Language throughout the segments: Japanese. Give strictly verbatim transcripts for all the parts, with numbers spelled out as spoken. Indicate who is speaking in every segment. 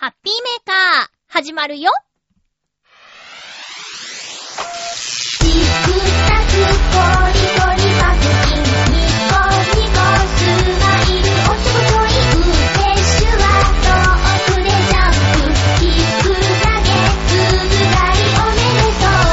Speaker 1: ハッピーメーカー始まるよ。チクタクコリコリパクチンニコニコスマイルおしぼといフレッシュは遠くでジャンプキックだけつぶらいおめでとう。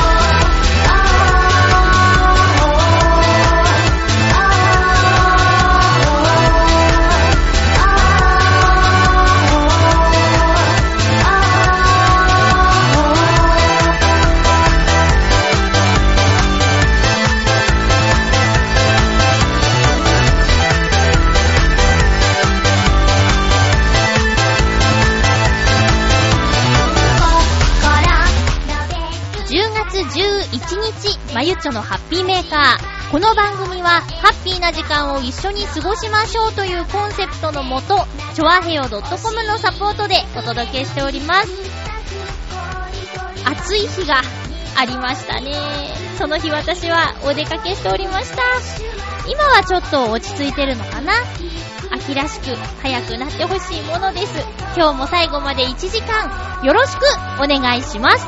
Speaker 1: じゅういちにち、まゆっちょのハッピーメーカー。この番組はハッピーな時間を一緒に過ごしましょうというコンセプトのもと、チョアヘヨ .com のサポートでお届けしております。暑い日がありましたね。その日私はお出かけしておりました。今はちょっと落ち着いてるのかな。秋らしく早くなってほしいものです。今日も最後までいちじかんよろしくお願いします。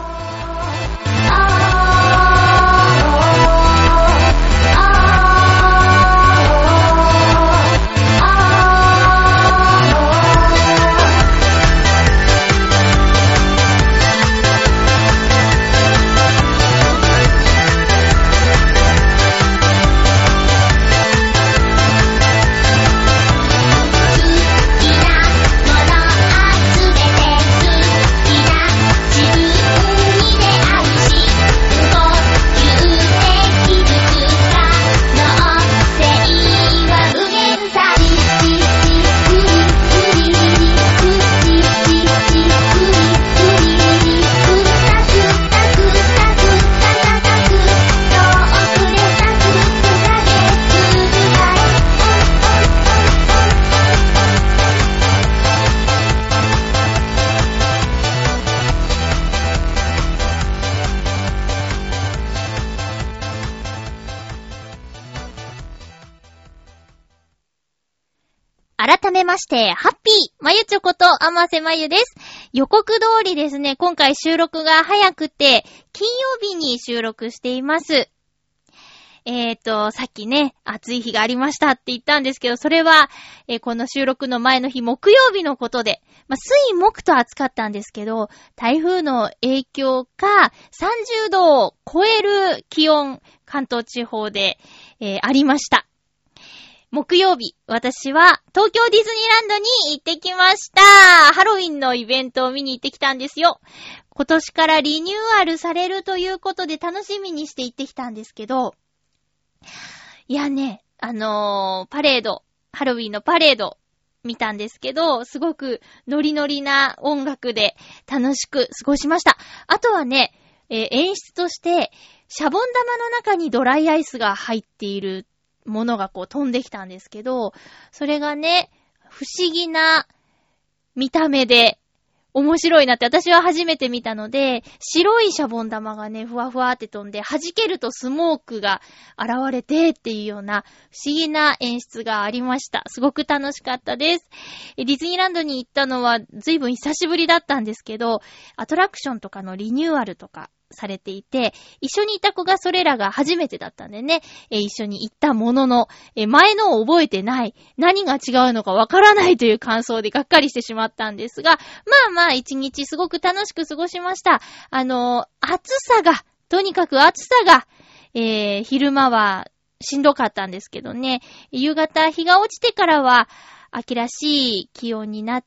Speaker 1: 改めまして、ハッピーまゆちょことあませまゆです。予告通りですね、今回収録が早くて、金曜日に収録しています。えーと、さっきね、暑い日がありましたって言ったんですけど、それは、えー、この収録の前の日、木曜日のことで、まあ、水木と暑かったんですけど、台風の影響か、さんじゅうどを超える気温、関東地方で、えー、ありました。木曜日、私は東京ディズニーランドに行ってきました。ハロウィンのイベントを見に行ってきたんですよ。今年からリニューアルされるということで楽しみにして行ってきたんですけど、いやね、あのー、パレード、ハロウィンのパレード見たんですけど、すごくノリノリな音楽で楽しく過ごしました。あとはね、えー、演出としてシャボン玉の中にドライアイスが入っているものがこう飛んできたんですけど、それがね、不思議な見た目で面白いなって私は初めて見たので、白いシャボン玉がね、ふわふわって飛んで、弾けるとスモークが現れてっていうような不思議な演出がありました。すごく楽しかったです。ディズニーランドに行ったのは随分久しぶりだったんですけど、アトラクションとかのリニューアルとかされていて、一緒にいた子がそれらが初めてだったんでね、え一緒に行ったものの、え前のを覚えてない、何が違うのかわからないという感想でがっかりしてしまったんですが、まあまあ一日すごく楽しく過ごしました。あのー、暑さが、とにかく暑さが、えー、昼間はしんどかったんですけどね、夕方日が落ちてからは秋らしい気温になって、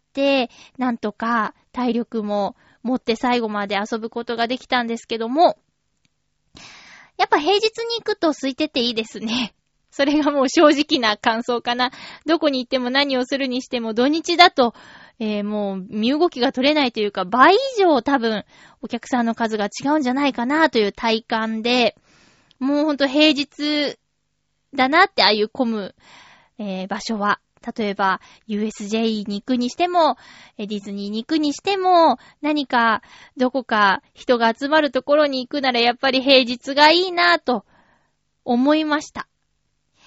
Speaker 1: なんとか体力も持って最後まで遊ぶことができたんですけども、やっぱ平日に行くと空いてていいですね。それがもう正直な感想かな。どこに行っても何をするにしても土日だと、えー、もう身動きが取れないというか、倍以上多分お客さんの数が違うんじゃないかなという体感で、もうほんと平日だなってああいう混む、えー、場所は。例えば ユーエスジェー に行くにしても、ディズニーに行くにしても、何かどこか人が集まるところに行くならやっぱり平日がいいなぁと思いました。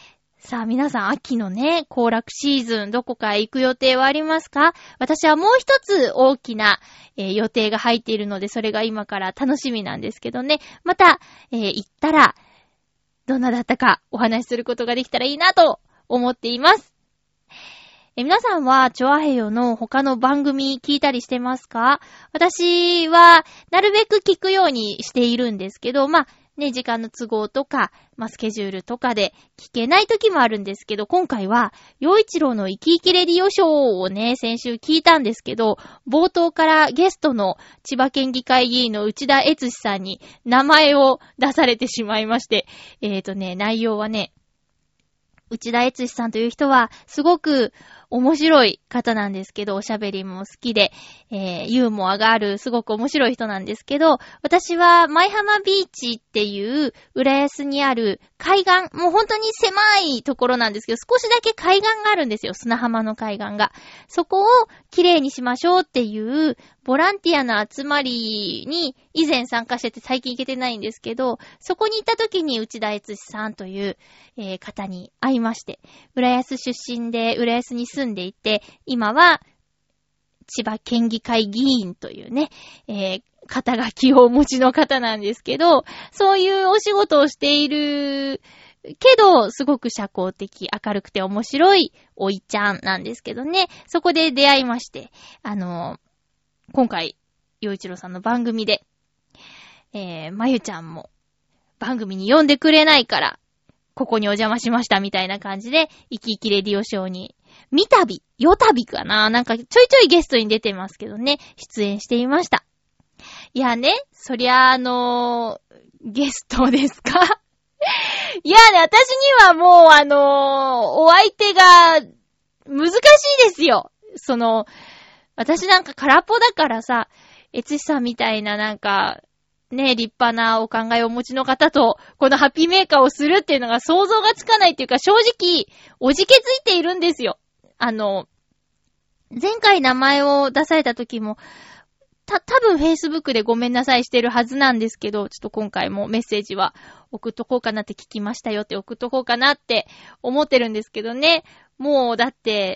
Speaker 1: さあ皆さん秋のね、行楽シーズンどこかへ行く予定はありますか？私はもう一つ大きな、えー、予定が入っているので、それが今から楽しみなんですけどね。また、えー、行ったら、どんなだったかお話しすることができたらいいなと思っています。えー、皆さんはチョアヘヨの他の番組聞いたりしてますか？私はなるべく聞くようにしているんですけど、まあ、ね、時間の都合とか、まあ、スケジュールとかで聞けない時もあるんですけど、今回は、陽一郎の生き生きレディオショーをね、先週聞いたんですけど、冒頭からゲストの千葉県議会議員の内田悦司さんに名前を出されてしまいまして、えーとね、内容はね、内田悦司さんという人はすごく面白い方なんですけど、おしゃべりも好きで、えー、ユーモアがあるすごく面白い人なんですけど、私は舞浜ビーチっていう浦安にある海岸、もう本当に狭いところなんですけど、少しだけ海岸があるんですよ、砂浜の海岸が。そこをきれいにしましょうっていうボランティアの集まりに以前参加してて最近行けてないんですけど、そこに行った時に内田悦司さんという、えー、方に会いまして、浦安出身で浦安に住んでいて、今は千葉県議会議員というね、えー、肩書きをお持ちの方なんですけど、そういうお仕事をしているけど、すごく社交的、明るくて面白いおいちゃんなんですけどね、そこで出会いまして、あのー、今回、陽一郎さんの番組で、えー、まゆちゃんも番組に呼んでくれないから、ここにお邪魔しましたみたいな感じで、生き生きレディオショーに、みたび、よたびかな、なんかちょいちょいゲストに出てますけどね、出演していました。いやね、そりゃあのー、ゲストですかいやね、私にはもうあのー、お相手が難しいですよ。その、私なんか空っぽだからさ、エツシさんみたいななんか、ね、立派なお考えをお持ちの方と、このハッピーメーカーをするっていうのが想像がつかないっていうか、正直、おじけづいているんですよ。あの、前回名前を出された時も、た、多分 Facebook でごめんなさいしてるはずなんですけど、ちょっと今回もメッセージは送っとこうかなって聞きましたよって送っとこうかなって思ってるんですけどね。もうだって、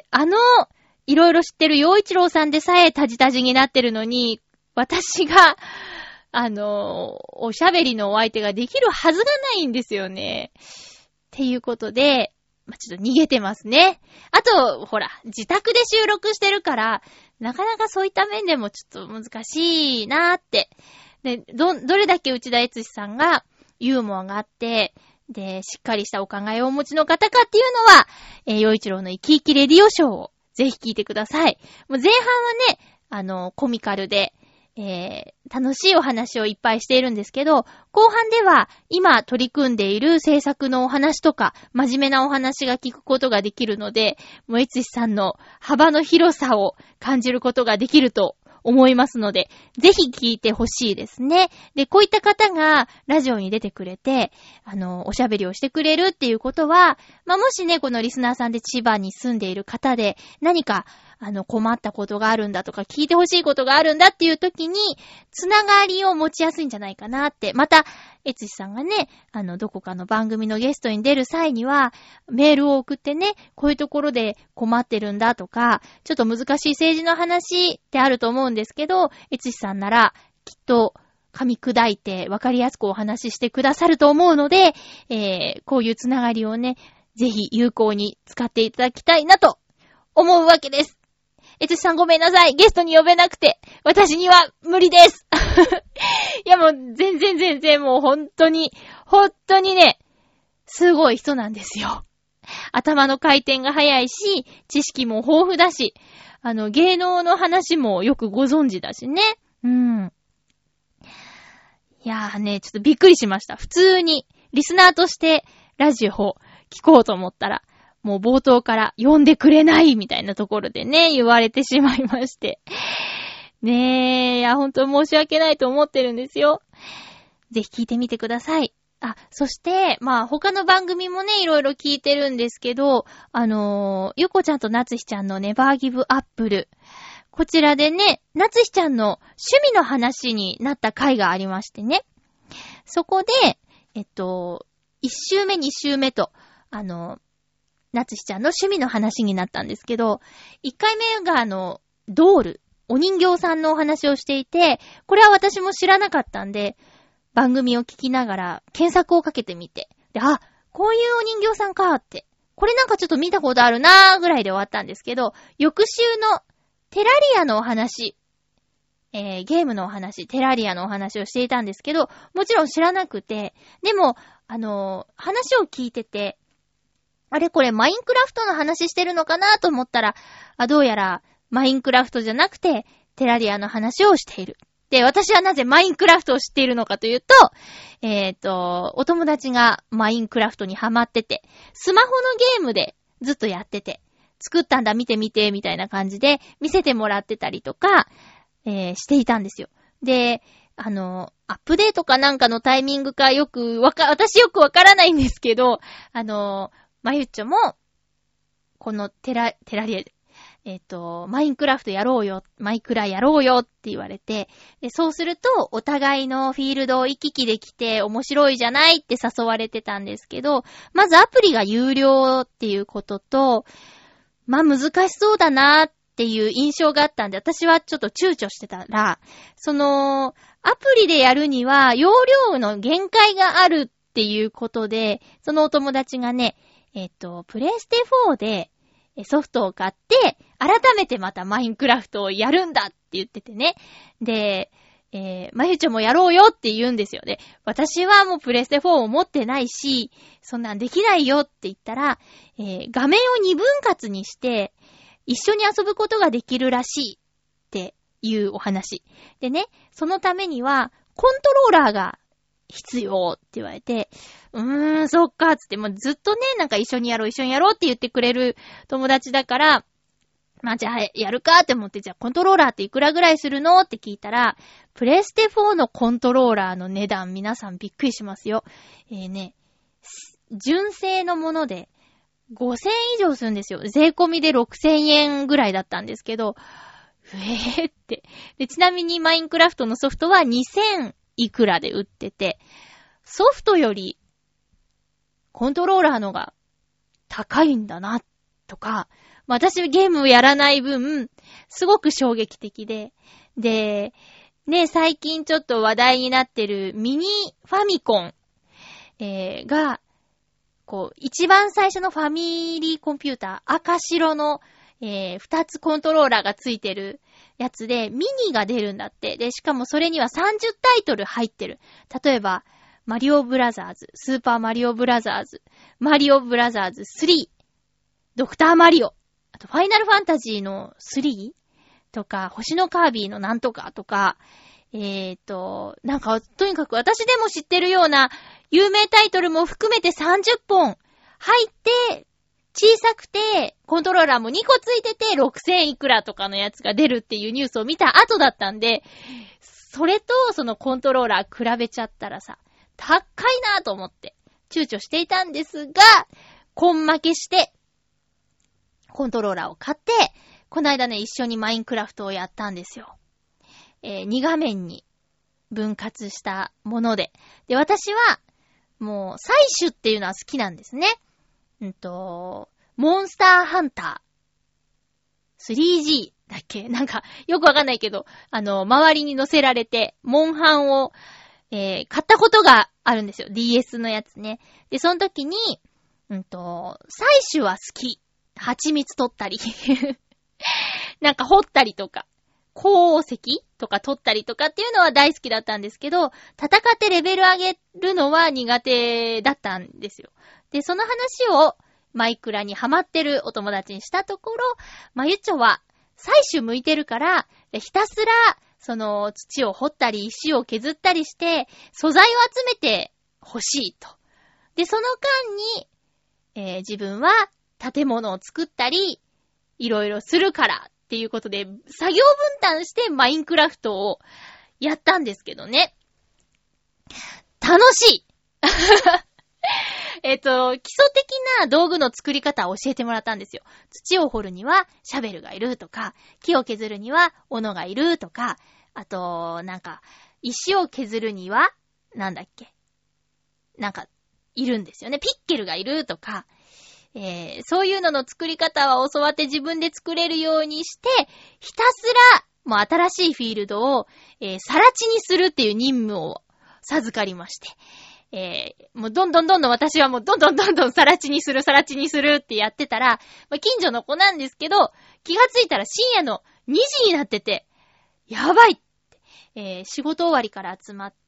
Speaker 1: あの、いろいろ知ってる陽一郎さんでさえタジタジになってるのに、私が、あの、おしゃべりのお相手ができるはずがないんですよね。っていうことで、まあ、ちょっと逃げてますね。あと、ほら、自宅で収録してるから、なかなかそういった面でもちょっと難しいなーって。で、ど、どれだけ内田悦司さんがユーモアがあって、で、しっかりしたお考えをお持ちの方かっていうのは、えー、陽一郎の生き生きレディオショーをぜひ聞いてください。もう前半はね、あの、コミカルで、えー、楽しいお話をいっぱいしているんですけど、後半では今取り組んでいる制作のお話とか、真面目なお話が聞くことができるので、もう悦司さんの幅の広さを感じることができると思いますので、ぜひ聞いてほしいですね。で、こういった方がラジオに出てくれて、あの、おしゃべりをしてくれるっていうことは、まあ、もしね、このリスナーさんで千葉に住んでいる方で、何か、あの、困ったことがあるんだとか、聞いてほしいことがあるんだっていう時に、つながりを持ちやすいんじゃないかなって。また、悦司さんがね、あの、どこかの番組のゲストに出る際には、メールを送ってね、こういうところで困ってるんだとか、ちょっと難しい政治の話ってあると思うんですけど、悦司さんなら、きっと、噛み砕いて分かりやすくお話ししてくださると思うので、えー、こういうつながりをね、ぜひ有効に使っていただきたいなと思うわけです。悦司さんごめんなさい。ゲストに呼べなくて、私には無理です。いやもう全然全然もう本当に、本当にね、すごい人なんですよ。頭の回転が早いし、知識も豊富だし、あの芸能の話もよくご存知だしね。うん。いやーね、ちょっとびっくりしました。普通にリスナーとしてラジオを聞こうと思ったら、もう冒頭から呼んでくれないみたいなところでね、言われてしまいまして。ねえ、いや、本当申し訳ないと思ってるんですよ。ぜひ聞いてみてください。あ、そして、まあ他の番組もね、いろいろ聞いてるんですけど、あのー、ゆこちゃんとなつひちゃんのネバーギブアップル。こちらでね、なつひちゃんの趣味の話になった回がありましてね。そこで、えっと、いち週目、に週目と、あのー、 なつしちゃんの趣味の話になったんですけど、いっかいめがあの、ドール、お人形さんのお話をしていて、これは私も知らなかったんで、番組を聞きながら検索をかけてみて、で、あ、こういうお人形さんかって、これなんかちょっと見たことあるなーぐらいで終わったんですけど、翌週のテラリアのお話、えー、ゲームのお話、テラリアのお話をしていたんですけど、もちろん知らなくて、でも、あのー、話を聞いてて、あれこれマインクラフトの話してるのかなと思ったら、あ、どうやらマインクラフトじゃなくて、テラリアの話をしている。で、私はなぜマインクラフトを知っているのかというと、えっと、お友達がマインクラフトにハマってて、スマホのゲームでずっとやってて、作ったんだ見てみてみたいな感じで見せてもらってたりとか、えー、していたんですよ。で、あの、アップデートかなんかのタイミングかよくわか、私よくわからないんですけど、あの、まゆっちょも、このテラ、テラリアで、えっと、マインクラフトやろうよ、マイクラやろうよって言われて、で、そうすると、お互いのフィールドを行き来できて面白いじゃないって誘われてたんですけど、まずアプリが有料っていうことと、まあ難しそうだなっていう印象があったんで、私はちょっと躊躇してたら、その、アプリでやるには容量の限界があるっていうことで、そのお友達がね、えっと、プレイステフォーでソフトを買って、改めてまたマインクラフトをやるんだって言っててね。で、えー、まゆちょもやろうよって言うんですよね。私はもうプレステフォーを持ってないし、そんなんできないよって言ったら、えー、画面を二分割にして、一緒に遊ぶことができるらしいっていうお話。でね、そのためには、コントローラーが必要って言われて、うーん、そっか、つって、もうずっとね、なんか一緒にやろう、一緒にやろうって言ってくれる友達だから、まあじゃあ、やるかって思って、じゃあコントローラーっていくらぐらいするのって聞いたら、プレステフォーのコントローラーの値段、皆さんびっくりしますよ。えーね、純正のものでごせんえん以上するんですよ。税込みでろくせんえんぐらいだったんですけど、えーって。で、ちなみにマインクラフトのソフトはにせんいくらで売ってて、ソフトよりコントローラーのが高いんだな、とか、私ゲームをやらない分、すごく衝撃的で、で、ね、最近ちょっと話題になってるミニファミコン、えー、が、こう、一番最初のファミリーコンピューター、赤白の、えー、二つコントローラーがついてるやつで、ミニが出るんだって。で、しかもそれにはさんじゅうタイトル入ってる。例えば、マリオブラザーズ、スーパーマリオブラザーズ、マリオブラザーズスリー、ドクターマリオ、あとファイナルファンタジーのスリーとか、星のカービィのなんとかとか、えーと、なんか、とにかく私でも知ってるような有名タイトルも含めてさんじゅっぽん入って、小さくて、コントローラーもにこついてて、ろくせんいくらとかのやつが出るっていうニュースを見た後だったんで、それとそのコントローラー比べちゃったらさ、高いなぁと思って、躊躇していたんですが、根負けして、コントローラーを買って、この間ね、一緒にマインクラフトをやったんですよ。えー、に画面に分割したもので。で、私は、もう、採取っていうのは好きなんですね。うんと、モンスターハンター スリージー だっけなんか、よくわかんないけど、あの、周りに乗せられて、モンハンを、えー、買ったことがあるんですよ。ディーエス のやつね。で、その時に、うんと、採取は好き。蜂蜜取ったり。なんか掘ったりとか。鉱石とか取ったりとかっていうのは大好きだったんですけど、戦ってレベル上げるのは苦手だったんですよ。で、その話をマイクラにハマってるお友達にしたところ、まゆちょは採取向いてるから、ひたすらその土を掘ったり石を削ったりして素材を集めてほしいと。で、その間に、えー、自分は建物を作ったりいろいろするからっていうことで、作業分担してマインクラフトをやったんですけどね。楽しいえっと、基礎的な道具の作り方を教えてもらったんですよ。土を掘るにはシャベルがいるとか、木を削るには斧がいるとか、あと、なんか、石を削るには、なんだっけ。なんか、いるんですよね。ピッケルがいるとか、 えー、そういうのの作り方は教わって自分で作れるようにして、ひたすら、もう新しいフィールドを、えー、さら地にするっていう任務を授かりまして、えー、もうどんどんどんどん私はもうどんどんどんどんさら地にする、さら地にするってやってたら、まあ、近所の子なんですけど、気がついたら深夜のにじになってて、やばいって、えー、仕事終わりから集まって、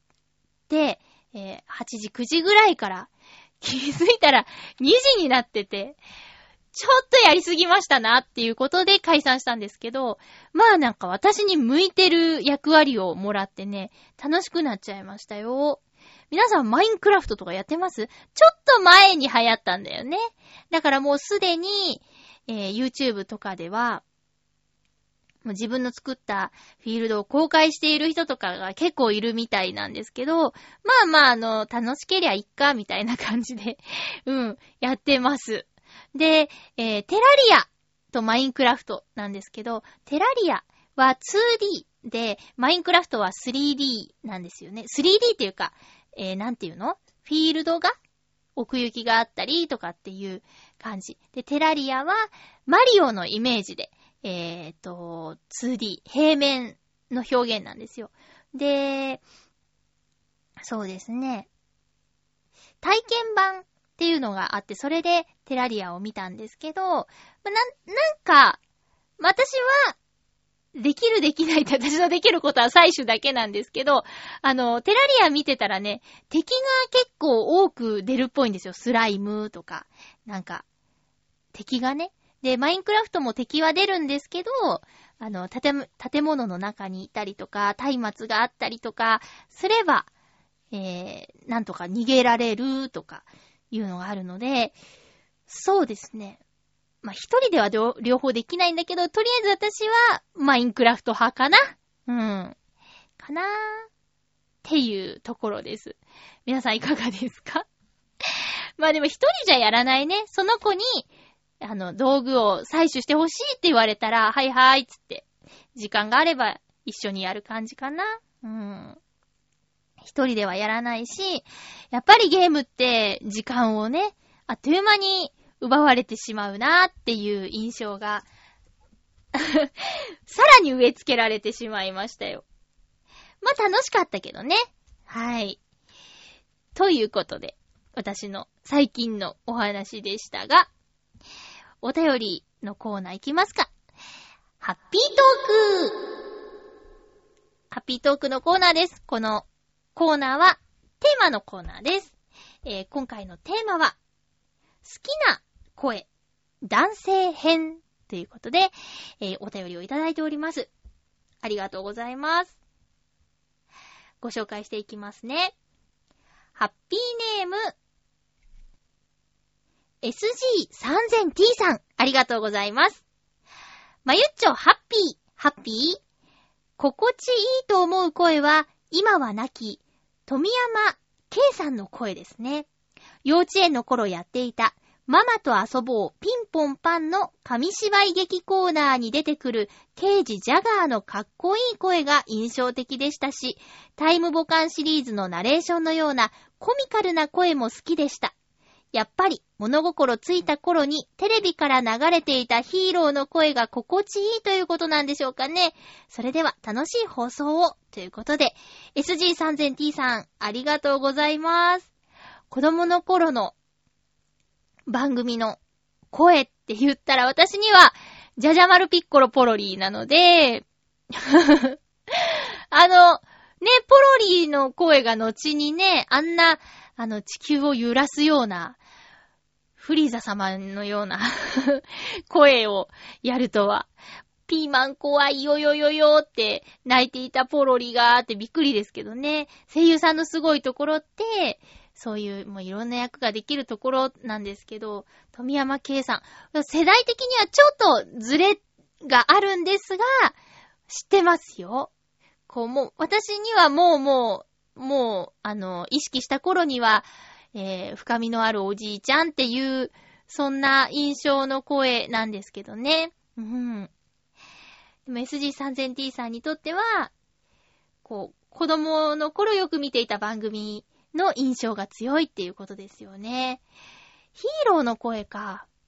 Speaker 1: えー、はちじ、くじぐらいから気づいたらにじになってて、ちょっとやりすぎましたなっていうことで解散したんですけど、まあなんか私に向いてる役割をもらってね、楽しくなっちゃいましたよ。皆さんマインクラフトとかやってます？ちょっと前に流行ったんだよね。だからもうすでに、えー、YouTube とかでは、もう自分の作ったフィールドを公開している人とかが結構いるみたいなんですけど、まあまああの、楽しけりゃいっか、みたいな感じで、うん、やってます。で、えー、テラリアとマインクラフトなんですけど、テラリアは ツーディー で、マインクラフトは スリーディー なんですよね。スリーディー っていうか、えー、なんていうの？フィールドが奥行きがあったりとかっていう感じ。で、テラリアはマリオのイメージで、えーと、ツーディー、平面の表現なんですよ。で、そうですね。体験版っていうのがあって、それでテラリアを見たんですけど、まあ、な、なんか、私は、できるできないって私のできることは採取だけなんですけど、あの、テラリア見てたらね、敵が結構多く出るっぽいんですよ。スライムとか、なんか、敵がね。で、マインクラフトも敵は出るんですけど、あの、建、建物の中にいたりとか、松明があったりとか、すれば、えー、なんとか逃げられるとか、いうのがあるので、そうですね。まあ、一人では両、両方できないんだけど、とりあえず私は、マインクラフト派かな？うん。かなーっていうところです。皆さんいかがですか？まあでも一人じゃやらないね。その子に、あの、道具を採取してほしいって言われたら、はいはいっつって、時間があれば一緒にやる感じかな。うん。一人ではやらないし、やっぱりゲームって時間をね、あっという間に奪われてしまうなっていう印象がさらに植え付けられてしまいましたよ。まあ楽しかったけどね。はい。ということで、私の最近のお話でしたが、お便りのコーナーいきますか。ハッピートークハッピートークのコーナーです。このコーナーはテーマのコーナーです。えー、今回のテーマは、好きな声、男性編ということで、えー、お便りをいただいております。ありがとうございます。ご紹介していきますね。ハッピーネーム、エスジーさんぜんティー さん、ありがとうございます。まゆっちょ、ハッピー、ハッピー心地いいと思う声は、今は亡き、富山圭さんの声ですね。幼稚園の頃やっていた、ママと遊ぼうピンポンパンの紙芝居劇コーナーに出てくる刑事ジャガーのかっこいい声が印象的でしたし、タイムボカンシリーズのナレーションのようなコミカルな声も好きでした。やっぱり物心ついた頃にテレビから流れていたヒーローの声が心地いいということなんでしょうかね。それでは楽しい放送をということで エスジーさんぜんティー さんありがとうございます。子供の頃の番組の声って言ったら私にはジャジャマルピッコロポロリーなのであのねポロリーの声が後にねあんなあの地球を揺らすようなフリーザ様のような声をやるとは、ピーマン怖いよよよよって泣いていたポロリがあってびっくりですけどね。声優さんのすごいところって、そういうもういろんな役ができるところなんですけど、富山圭さん、世代的にはちょっとズレがあるんですが、知ってますよ。こうもう、私にはもうもう、もう、あの、意識した頃には、えー、深みのあるおじいちゃんっていう、そんな印象の声なんですけどね。うん。でも エスジーさんぜんティー さんにとっては、こう、子供の頃よく見ていた番組の印象が強いっていうことですよね。ヒーローの声か。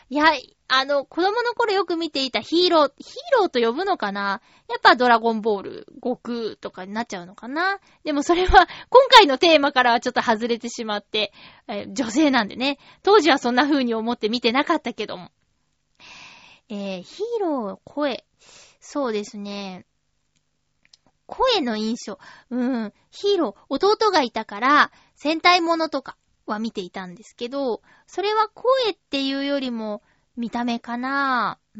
Speaker 1: いや、あの、子供の頃よく見ていたヒーロー、ヒーローと呼ぶのかな？やっぱドラゴンボール、悟空とかになっちゃうのかな？でもそれは、今回のテーマからはちょっと外れてしまって、えー、女性なんでね。当時はそんな風に思って見てなかったけども。えー、ヒーロー、声。そうですね。声の印象。うん。ヒーロー、弟がいたから、戦隊ものとかは見ていたんですけど、それは声っていうよりも、見た目かな。うん。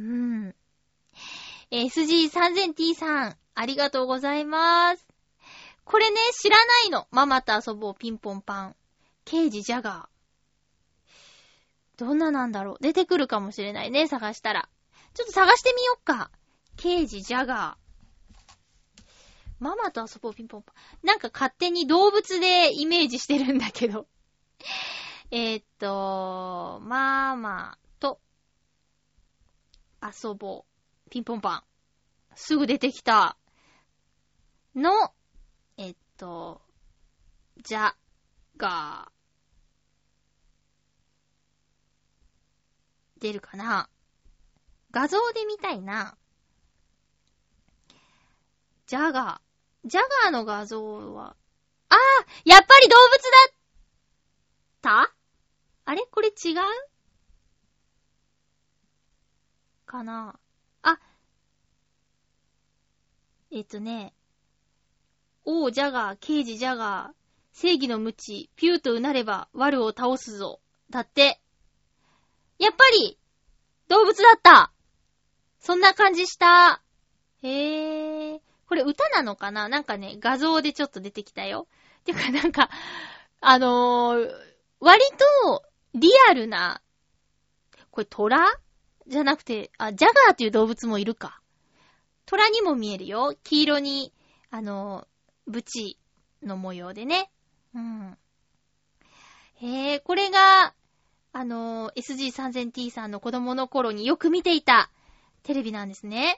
Speaker 1: エスジーさんぜんティー さん、ありがとうございます。これね、知らないの。ママと遊ぼう、ピンポンパン。刑事ジャガー。どんななんだろう。出てくるかもしれないね、探したら。ちょっと探してみよっか。刑事ジャガー。ママと遊ぼうピンポンパン。なんか勝手に動物でイメージしてるんだけど。えーっと、ママと遊ぼうピンポンパン。すぐ出てきた。の、えっと、ジャガー。出るかな？画像で見たいな。ジャガー。ジャガーの画像は、ああ、やっぱり動物だったあれこれ違うかなあ、えっとね、王ジャガー、刑事ジャガー、正義の無知、ピューとうなれば、悪を倒すぞ。だって。やっぱり、動物だった。そんな感じした。へー。これ歌なのかな？なんかね、画像でちょっと出てきたよ。てかなんか、あのー、割とリアルな、これ虎？じゃなくて、あ、ジャガーっていう動物もいるか。虎にも見えるよ。黄色に、あのー、ブチの模様でね。うん。へー、これが、あのー、エスジーさんぜんティー さんの子供の頃によく見ていたテレビなんですね。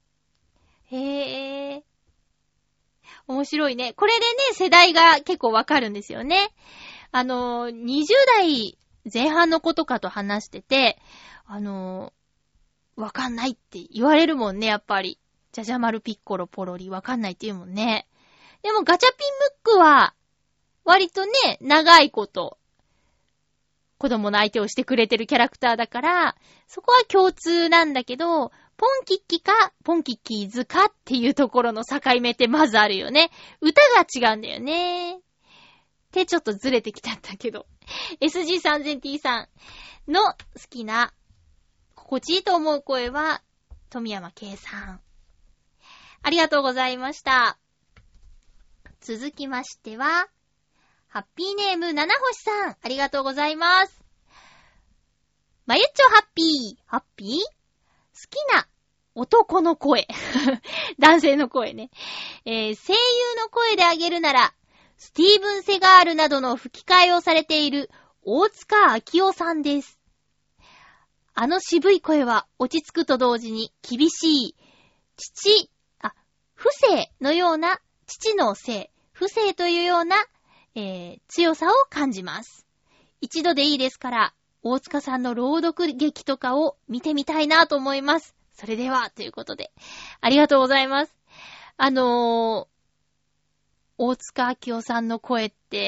Speaker 1: へー。面白いね。これでね、世代が結構わかるんですよね。あの、にじゅう代前半の子とかと話してて、あの、わかんないって言われるもんね、やっぱり。ジャジャマルピッコロポロリわかんないって言うもんね。でもガチャピンムックは、割とね、長いこと、子供の相手をしてくれてるキャラクターだから、そこは共通なんだけど、ポンキッキか、ポンキッキーズかっていうところの境目ってまずあるよね。歌が違うんだよね。ってちょっとずれてきちゃったけど。エスジーさんぜんティー さんの好きな、心地いいと思う声は、富山圭さん。ありがとうございました。続きましては、ハッピーネーム七星さん。ありがとうございます。まゆっちょハッピー。ハッピー好きな男の声。男性の声ね、えー。声優の声であげるなら、スティーブン・セガールなどの吹き替えをされている大塚明夫さんです。あの渋い声は落ち着くと同時に厳しい父、あ、父性のような、父の性、父性というような、えー、強さを感じます。一度でいいですから、大塚さんの朗読劇とかを見てみたいなと思います。それでは、ということで。ありがとうございます。あのー、大塚明夫さんの声って、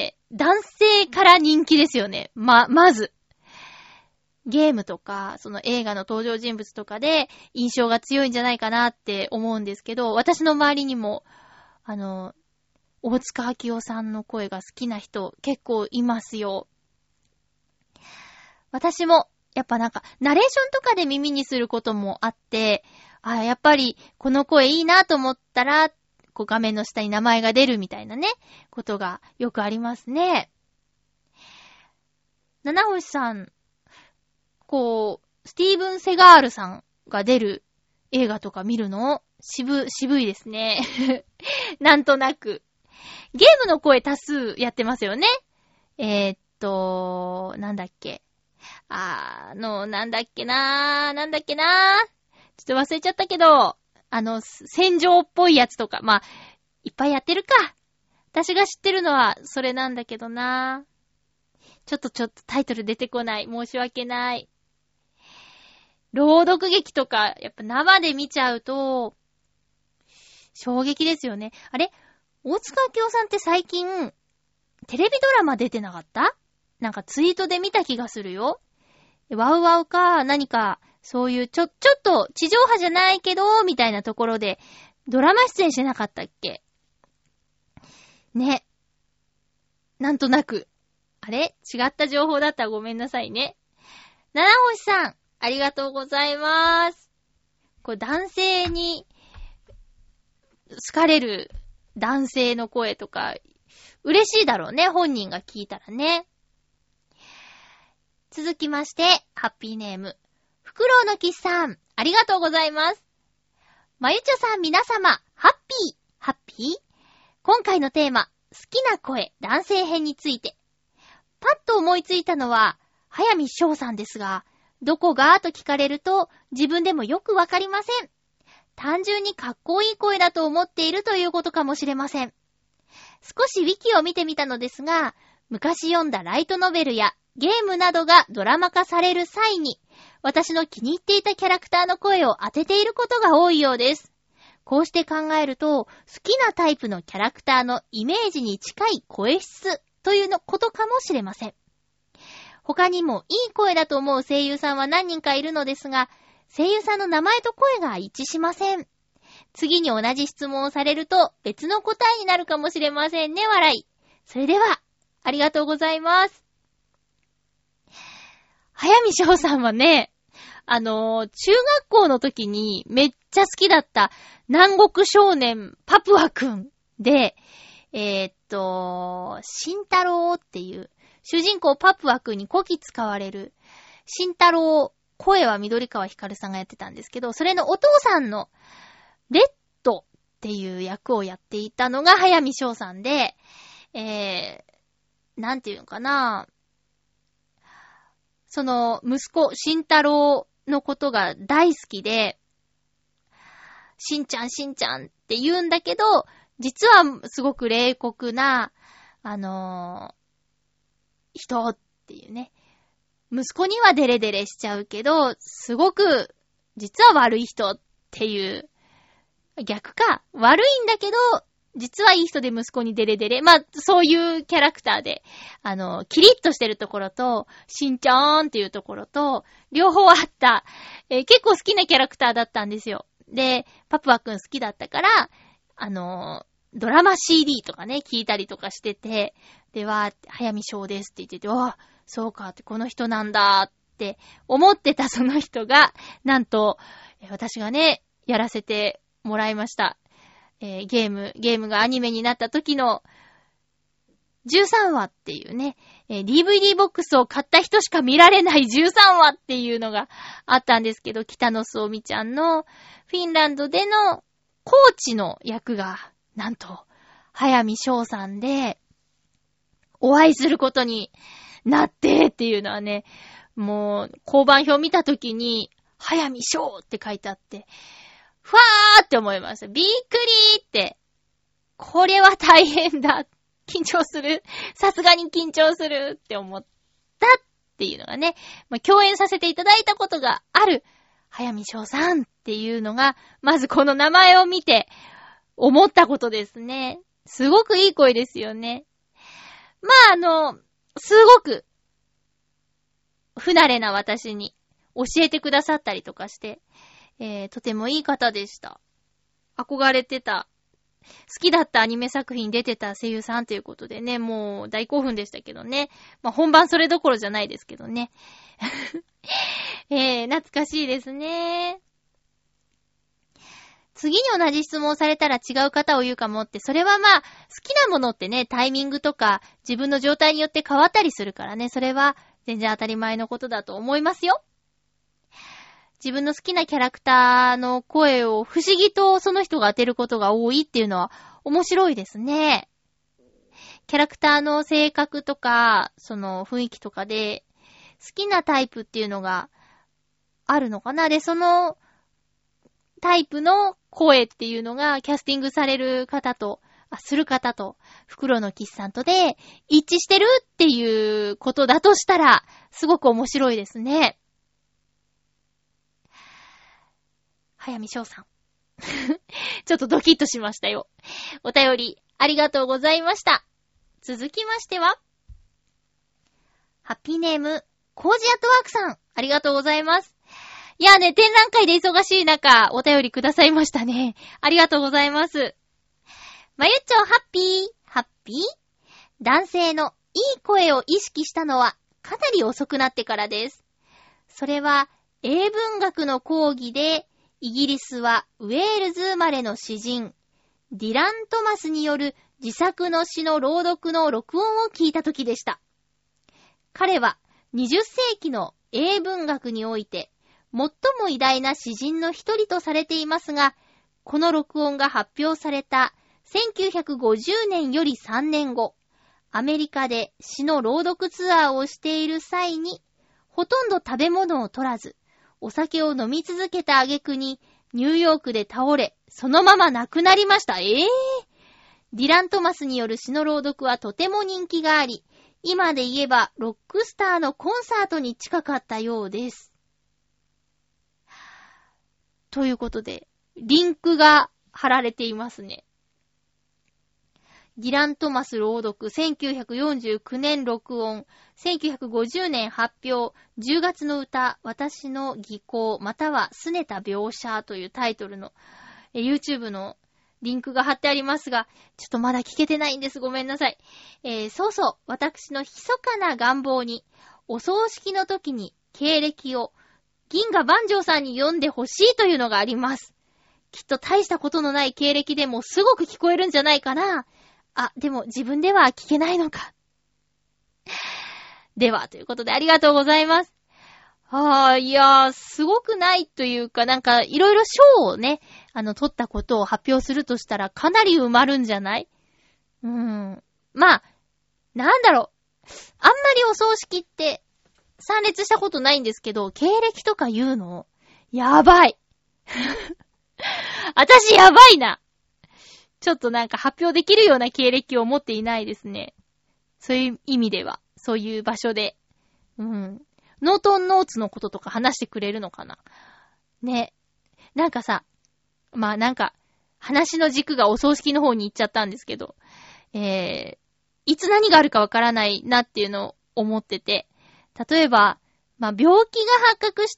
Speaker 1: 男性から人気ですよね。ま、まず。ゲームとか、その映画の登場人物とかで印象が強いんじゃないかなって思うんですけど、私の周りにも、あのー、大塚明夫さんの声が好きな人結構いますよ。私もやっぱなんかナレーションとかで耳にすることもあって、あ、やっぱりこの声いいなと思ったら、こう画面の下に名前が出るみたいなね、ことがよくありますね。七星さん、こう、スティーブン・セガールさんが出る映画とか見るの渋、渋いですね。なんとなく。ゲームの声多数やってますよね。えー、っと、なんだっけ。あの、なんだっけなー、なんだっけなー。ちょっと忘れちゃったけど、あの、戦場っぽいやつとか、まあ、いっぱいやってるか。私が知ってるのはそれなんだけどな。ちょっとちょっとタイトル出てこない。申し訳ない。 朗読劇とか、やっぱ生で見ちゃうと、衝撃ですよね。あれ？大塚明夫さんって最近、テレビドラマ出てなかった？なんかツイートで見た気がするよ。ワウワウか、何か、そういう、ちょ、ちょっと、地上波じゃないけど、みたいなところで、ドラマ出演してなかったっけ？ね。なんとなく。あれ？違った情報だったらごめんなさいね。七星さん、ありがとうございます。これ男性に好かれる男性の声とか嬉しいだろうね、本人が聞いたらね。続きまして、ハッピーネームフクロウのキスさん、ありがとうございます。まゆちょさん、皆様ハッピーハッピー。今回のテーマ、好きな声男性編について、パッと思いついたのは早見翔さんですが、どこがと聞かれると自分でもよくわかりません。単純にかっこいい声だと思っているということかもしれません。少しウィキを見てみたのですが、昔読んだライトノベルやゲームなどがドラマ化される際に、私の気に入っていたキャラクターの声を当てていることが多いようです。こうして考えると、好きなタイプのキャラクターのイメージに近い声質というのことかもしれません。他にもいい声だと思う声優さんは何人かいるのですが、声優さんの名前と声が一致しません。次に同じ質問をされると別の答えになるかもしれませんね、笑い。それでは、ありがとうございます。早見翔さんはね、あのー、中学校の時にめっちゃ好きだった南国少年パプアくんで、えー、っと、慎太郎っていう主人公パプアくんにこき使われる慎太郎、声は緑川光さんがやってたんですけど、それのお父さんのレッドっていう役をやっていたのが早見翔さんで、えー、なんていうのかな、その息子慎太郎のことが大好きで、しんちゃんしんちゃんって言うんだけど、実はすごく冷酷な、あのー、人っていうね。息子にはデレデレしちゃうけど、すごく実は悪い人っていう、逆か、悪いんだけど、実はいい人で息子にデレデレ。まあ、そういうキャラクターで、あの、キリッとしてるところと、しんちゃーんっていうところと、両方あった、えー、結構好きなキャラクターだったんですよ。で、パプアくん好きだったから、あの、ドラマ シーディー とかね、聞いたりとかしてて、では、早見翔ですって言ってて、わあ、そうかって、この人なんだって思ってたその人が、なんと、私がね、やらせてもらいました。えー、ゲーム、ゲームがアニメになった時のじゅうさんわっていうね、えー、ディーブイディー ボックスを買った人しか見られないじゅうさんわっていうのがあったんですけど、北野すおみちゃんのフィンランドでのコーチの役が、なんと、早見翔さんで、お会いすることになってっていうのはね、もう、交番表見た時に、早見翔って書いてあって、ふわーって思いました。びっくりーって。これは大変だ。緊張する。さすがに緊張するって思ったっていうのがね、まあ、共演させていただいたことがある早見翔さんっていうのが、まずこの名前を見て思ったことですね。すごくいい声ですよね。まああの、すごく不慣れな私に教えてくださったりとかして、えー、とてもいい方でした。憧れてた、好きだったアニメ作品出てた声優さんということでね、もう大興奮でしたけどね。まあ本番それどころじゃないですけどね。えー、懐かしいですね。次に同じ質問をされたら違う方を言うかもって、それはまあ好きなものってね、タイミングとか自分の状態によって変わったりするからね、それは全然当たり前のことだと思いますよ。自分の好きなキャラクターの声を不思議とその人が当てることが多いっていうのは面白いですね。キャラクターの性格とか、その雰囲気とかで好きなタイプっていうのがあるのかな。で、そのタイプの声っていうのがキャスティングされる方と、あ、する方と、袋のキスさんとで一致してるっていうことだとしたら、すごく面白いですね。 早見翔さん。ちょっとドキッとしましたよ。お便りありがとうございました。続きましては、ハッピーネーム、コージアットワークさん。ありがとうございます。いやね、展覧会で忙しい中、お便りくださいましたね。ありがとうございます。まゆっちょハッピー、ハッピー？男性のいい声を意識したのはかなり遅くなってからです。それは英文学の講義で、イギリスはウェールズ生まれの詩人、ディラン・トマスによる自作の詩の朗読の録音を聞いた時でした。彼はにじゅっせいきの英文学において最も偉大な詩人の一人とされていますが、この録音が発表されたせんきゅうひゃくごじゅうねんよりさんねんご、アメリカで詩の朗読ツアーをしている際に、ほとんど食べ物を取らず、お酒を飲み続けた挙句にニューヨークで倒れ、そのまま亡くなりました。えぇ、ー、ディラン・トマスによる詩の朗読はとても人気があり、今で言えばロックスターのコンサートに近かったようです。ということで、リンクが貼られていますね。ディラン・トマス朗読、せんきゅうひゃくよんじゅうきゅうねん録音、せんきゅうひゃくごじゅうねん発表、じゅうがつの歌、私の技巧、または拗ねた描写というタイトルのえ YouTube のリンクが貼ってありますが、ちょっとまだ聞けてないんです。ごめんなさい。えー、そうそう、私の密かな願望に、お葬式の時に経歴を銀河万丈さんに読んでほしいというのがあります。きっと大したことのない経歴でもすごく聞こえるんじゃないかな。あ、でも自分では聞けないのか。では、ということでありがとうございます。ああ、いやー、すごくないというか、なんか、いろいろ賞をね、あの、取ったことを発表するとしたら、かなり埋まるんじゃない？うーん。まあ、なんだろう。あんまりお葬式って、参列したことないんですけど、経歴とか言うの、やばい。私やばいな。ちょっとなんか発表できるような経歴を持っていないですね。そういう意味では、そういう場所で。うん。ノートンノーツのこととか話してくれるのかなね。なんかさ、まあなんか、話の軸がお葬式の方に行っちゃったんですけど、えー、いつ何があるかわからないなっていうのを思ってて、例えば、まあ病気が発覚して、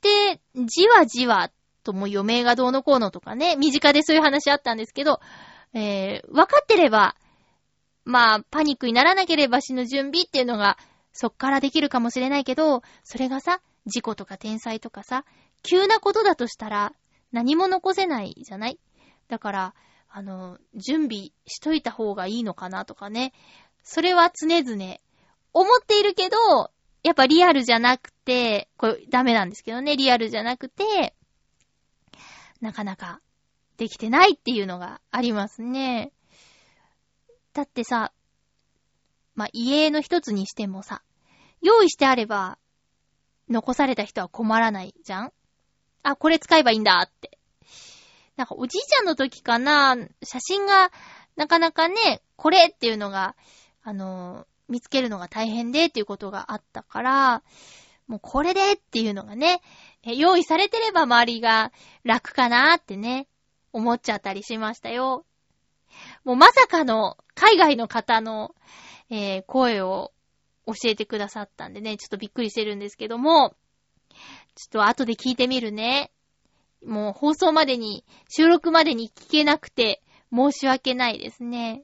Speaker 1: じわじわとも余命がどうのこうのとかね、身近でそういう話あったんですけど、えー、分かってれば、まあ、パニックにならなければ死ぬ準備っていうのが、そっからできるかもしれないけど、それがさ、事故とか天災とかさ、急なことだとしたら、何も残せないじゃない？だから、あの、準備しといた方がいいのかなとかね。それは常々、思っているけど、やっぱリアルじゃなくて、これダメなんですけどね、リアルじゃなくて、なかなか、できてないっていうのがありますね。だってさ、まあ、家の一つにしてもさ、用意してあれば、残された人は困らないじゃん？あ、これ使えばいいんだって。なんかおじいちゃんの時かな、写真がなかなかね、これっていうのが、あのー、見つけるのが大変でっていうことがあったから、もうこれでっていうのがね、用意されてれば周りが楽かなってね、思っちゃったりしましたよ。もうまさかの海外の方の、えー、声を教えてくださったんでね、ちょっとびっくりしてるんですけども、ちょっと後で聞いてみるね。もう放送までに、収録までに聞けなくて申し訳ないですね。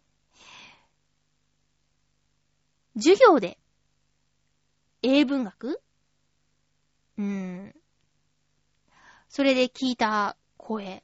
Speaker 1: 授業で英文学？うーん。それで聞いた声。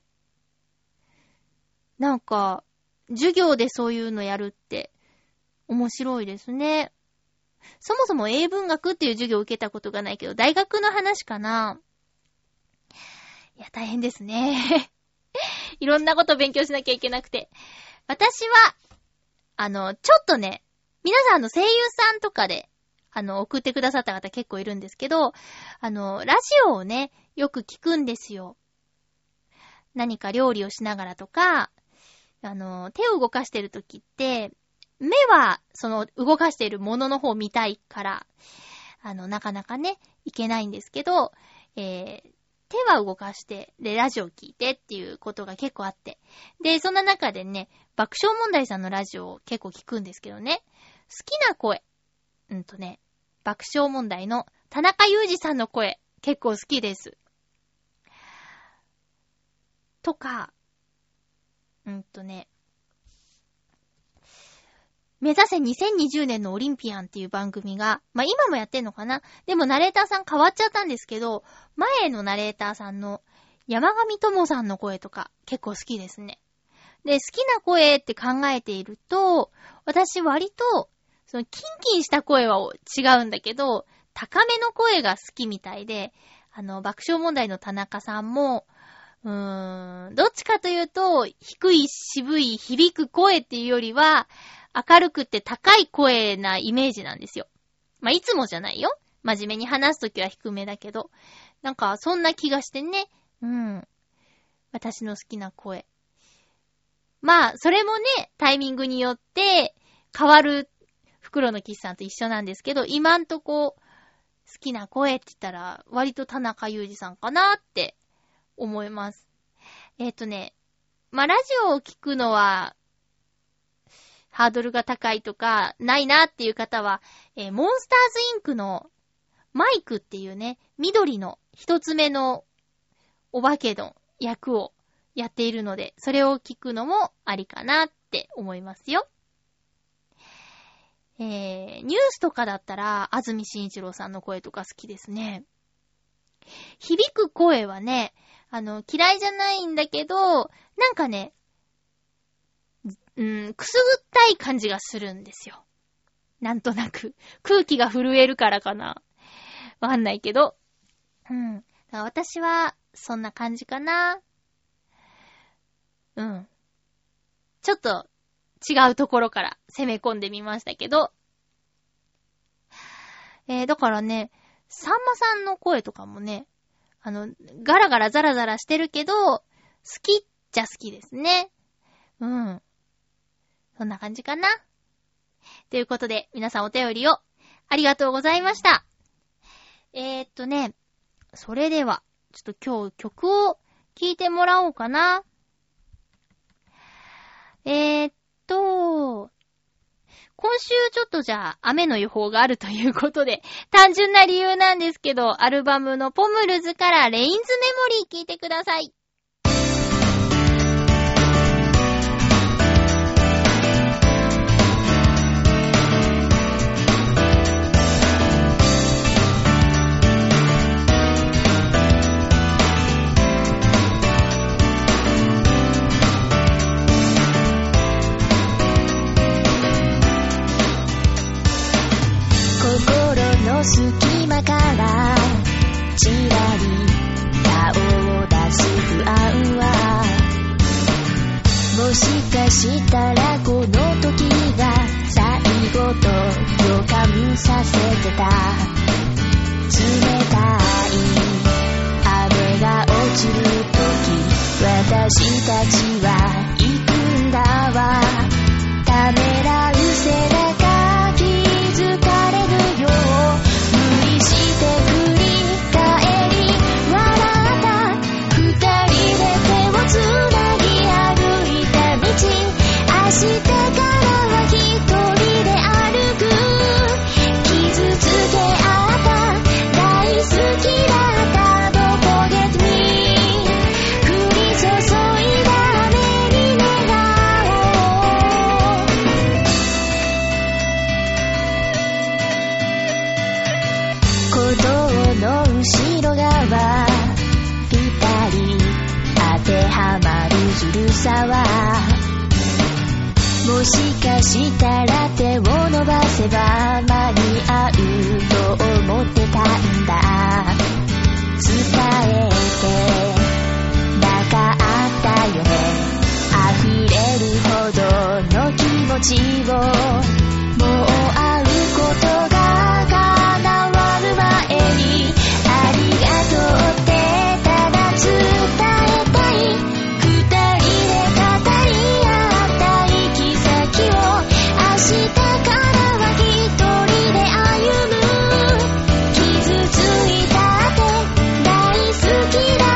Speaker 1: なんか、授業でそういうのやるって面白いですね。そもそも英文学っていう授業を受けたことがないけど、大学の話かな？いや、大変ですね。いろんなこと勉強しなきゃいけなくて。私は、あの、ちょっとね、皆さんあの声優さんとかで、あの、送ってくださった方結構いるんですけど、あの、ラジオをね、よく聞くんですよ。何か料理をしながらとか、あの、手を動かしてるときって、目は、その、動かしているものの方を見たいから、あの、なかなかね、いけないんですけど、えー、 手は動かして、で、ラジオ聞いてっていうことが結構あって。で、そんな中でね、爆笑問題さんのラジオを結構聞くんですけどね、好きな声。うんとね、爆笑問題の田中裕二さんの声、結構好きです。とか、うんとね、目指せにせんにじゅうねんのオリンピアンっていう番組が、まあ、今もやってんのかな？でもナレーターさん変わっちゃったんですけど、前のナレーターさんの山上智さんの声とか結構好きですね。で、好きな声って考えていると、私割と、そのキンキンした声は違うんだけど、高めの声が好きみたいで、あの、爆笑問題の田中さんも、うーん、どっちかというと、低い渋い響く声っていうよりは、明るくて高い声なイメージなんですよ。まあ、いつもじゃないよ。真面目に話すときは低めだけど。なんか、そんな気がしてね。うん。私の好きな声。まあ、それもね、タイミングによって変わる袋のキスさんと一緒なんですけど、今んとこ好きな声って言ったら、割と田中裕二さんかなって思います。えっとね、まあ、ラジオを聞くのは、ハードルが高いとか、ないなっていう方は、えー、モンスターズインクのマイクっていうね、緑の一つ目のお化けの役をやっているので、それを聞くのもありかなって思いますよ。えー、ニュースとかだったら、安住紳一郎さんの声とか好きですね。響く声はね、あの、嫌いじゃないんだけど、なんかね、うん、くすぐったい感じがするんですよ。なんとなく。空気が震えるからかな。わかんないけど。うん。だから私は、そんな感じかな。うん。ちょっと、違うところから攻め込んでみましたけど。えー、だからね、さんまさんの声とかもね、あの、ガラガラザラザラしてるけど、好きっちゃ好きですね。うん。そんな感じかな。ということで、皆さんお便りをありがとうございました。えー、っとね、それでは、ちょっと今日曲を聴いてもらおうかな。えー、っと、今週ちょっとじゃあ雨の予報があるということで、単純な理由なんですけど、アルバムのポムルズからレインズメモリー聴いてください。
Speaker 2: 隙間からちらり顔を出す不安は、もしかしたらこの時が最後と予感させてた。冷たい雨が落ちる時、私たちは行くんだわ。ためらう背中気づかれるようして振り返り笑った二人で手をつなぎ歩いた道、明日からは一人で歩く。傷つけ合った大好きだったどこげに降り注いだ雨に願おう。鼓動の後ろ側ぴたり当てはまるずるさは、もしかしたら手を伸ばせば間に合うと思ってたんだ。伝えてなかったよね、溢れるほどの気持ちを。もう会うことが叶わぬ前にありがとうってただ伝えたい。二人で語り合った行き先を、明日からは一人で歩む。傷ついたって大好きだ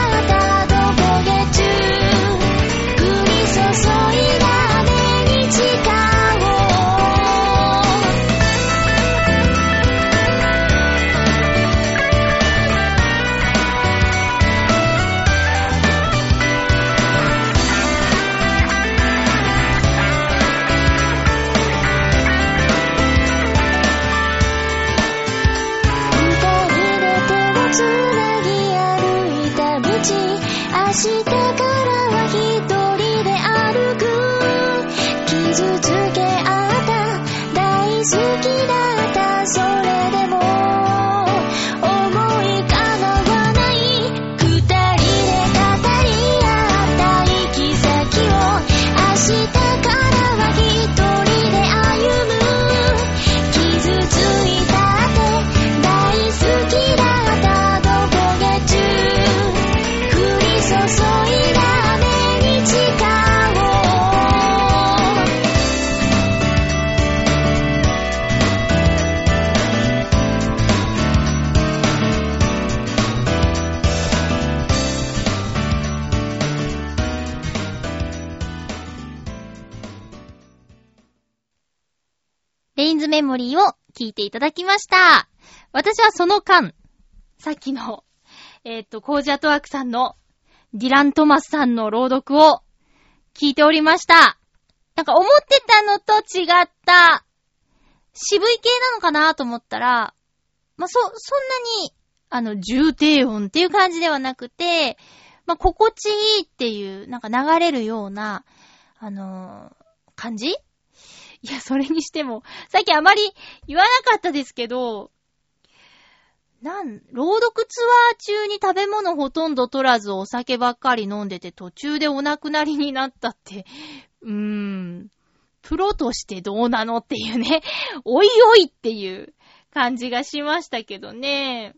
Speaker 1: レインズメモリーを聞いていただきました。私はその間、さっきの、えっと、コージアトワークさんのディラン・トマスさんの朗読を聞いておりました。なんか思ってたのと違った、渋い系なのかなと思ったら、まあ、そ、そんなに、あの、重低音っていう感じではなくて、まあ、心地いいっていう、なんか流れるような、あのー、感じ？いや、それにしても、さっきあまり言わなかったですけど、なん、朗読ツアー中に食べ物ほとんど取らずお酒ばっかり飲んでて途中でお亡くなりになったって、うーん、プロとしてどうなのっていうね、おいおいっていう感じがしましたけどね。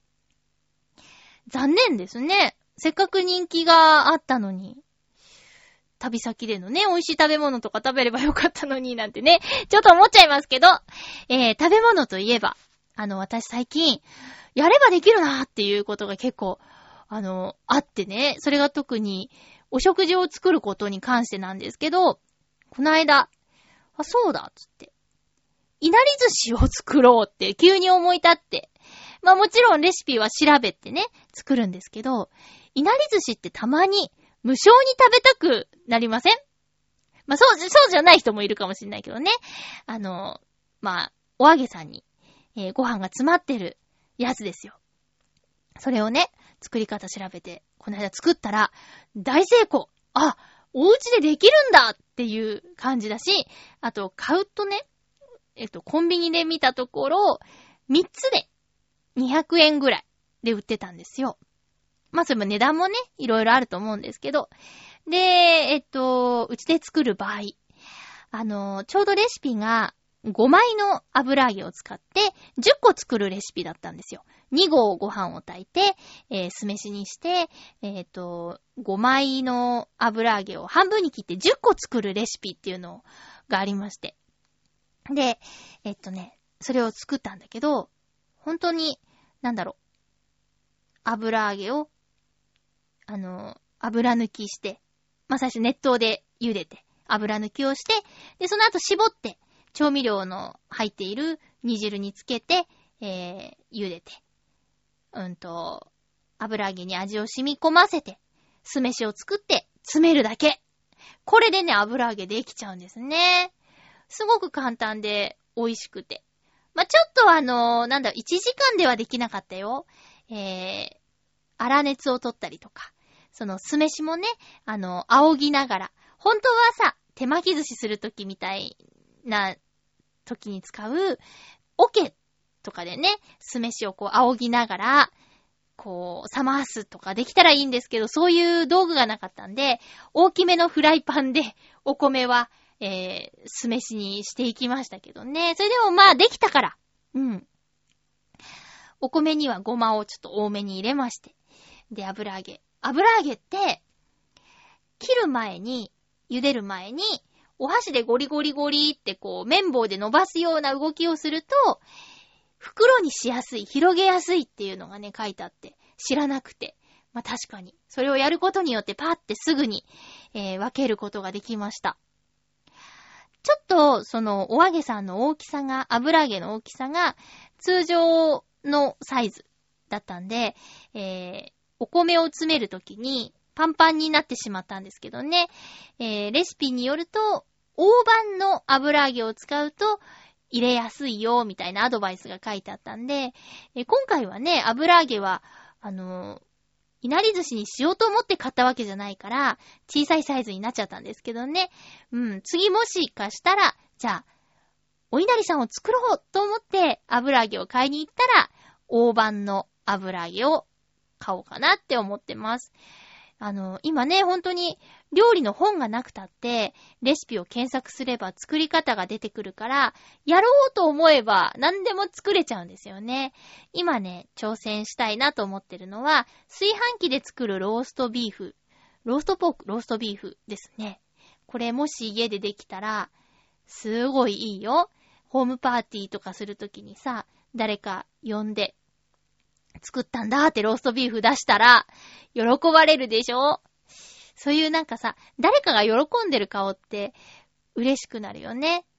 Speaker 1: 残念ですね。せっかく人気があったのに。旅先でのね、美味しい食べ物とか食べればよかったのになんてね、ちょっと思っちゃいますけど、えー、食べ物といえば、あの、私最近、やればできるなーっていうことが結構、あの、あってね、それが特に、お食事を作ることに関してなんですけど、この間、あ、そうだ、つって、いなり寿司を作ろうって急に思い立って、まあもちろんレシピは調べてね、作るんですけど、いなり寿司ってたまに無償に食べたくなりません？まあそう、そうじゃない人もいるかもしれないけどね。あの、まあ、お揚げさんに、えー、ご飯が詰まってるやつですよ。それをね、作り方調べて、この間作ったら、大成功！あ、お家でできるんだっていう感じだし、あと、買うとね、えっと、コンビニで見たところ、みっつでにひゃくえんぐらいで売ってたんですよ。まあ、それも値段もね、いろいろあると思うんですけど。で、えっと、うちで作る場合、あの、ちょうどレシピがごまいの油揚げを使ってじゅっこ作るレシピだったんですよ。に合ご飯を炊いて、えー、酢飯にして、えっと、ごまいの油揚げを半分に切ってじゅっこ作るレシピっていうのがありまして。で、えっとね、それを作ったんだけど、本当に、なんだろう、油揚げを、あの、油抜きして、まあ、最初熱湯で茹でて、油抜きをして、で、その後絞って、調味料の入っている煮汁につけて、えー、茹でて、うんと、油揚げに味を染み込ませて、酢飯を作って詰めるだけ。これでね、油揚げできちゃうんですね。すごく簡単で美味しくて。まあ、ちょっとあのー、なんだろう、いちじかんではできなかったよ。えー、粗熱を取ったりとか。その酢飯もね、あの、仰ぎながら。本当はさ、手巻き寿司するときみたいな時に使う、桶とかでね、酢飯をこう仰ぎながら、こう、冷ますとかできたらいいんですけど、そういう道具がなかったんで、大きめのフライパンでお米は、えー、酢飯にしていきましたけどね。それでもまあできたから。うん。お米にはごまをちょっと多めに入れまして。で、油揚げ。油揚げって、切る前に、茹でる前に、お箸でゴリゴリゴリってこう、綿棒で伸ばすような動きをすると、袋にしやすい、広げやすいっていうのがね、書いてあって、知らなくて。まあ確かに。それをやることによってパーってすぐに、えー、分けることができました。ちょっと、その、お揚げさんの大きさが、油揚げの大きさが、通常のサイズだったんで、えー、お米を詰めるときに、パンパンになってしまったんですけどね、えー、レシピによると、大判の油揚げを使うと、入れやすいよ、みたいなアドバイスが書いてあったんで、えー、今回はね、油揚げは、あのー、いなり寿司にしようと思って買ったわけじゃないから、小さいサイズになっちゃったんですけどね。うん、次もしかしたら、じゃあ、お稲荷さんを作ろうと思って油揚げを買いに行ったら、大判の油揚げを買おうかなって思ってます。あの、今ね、本当に料理の本がなくたって、レシピを検索すれば作り方が出てくるから、やろうと思えば何でも作れちゃうんですよね。今ね、挑戦したいなと思ってるのは、炊飯器で作るローストビーフ、ローストポーク、ローストビーフですね。これもし家でできたら、すごいいいよ。ホームパーティーとかするときにさ、誰か呼んで、作ったんだってローストビーフ出したら、喜ばれるでしょ？そういうなんかさ、誰かが喜んでる顔って嬉しくなるよね。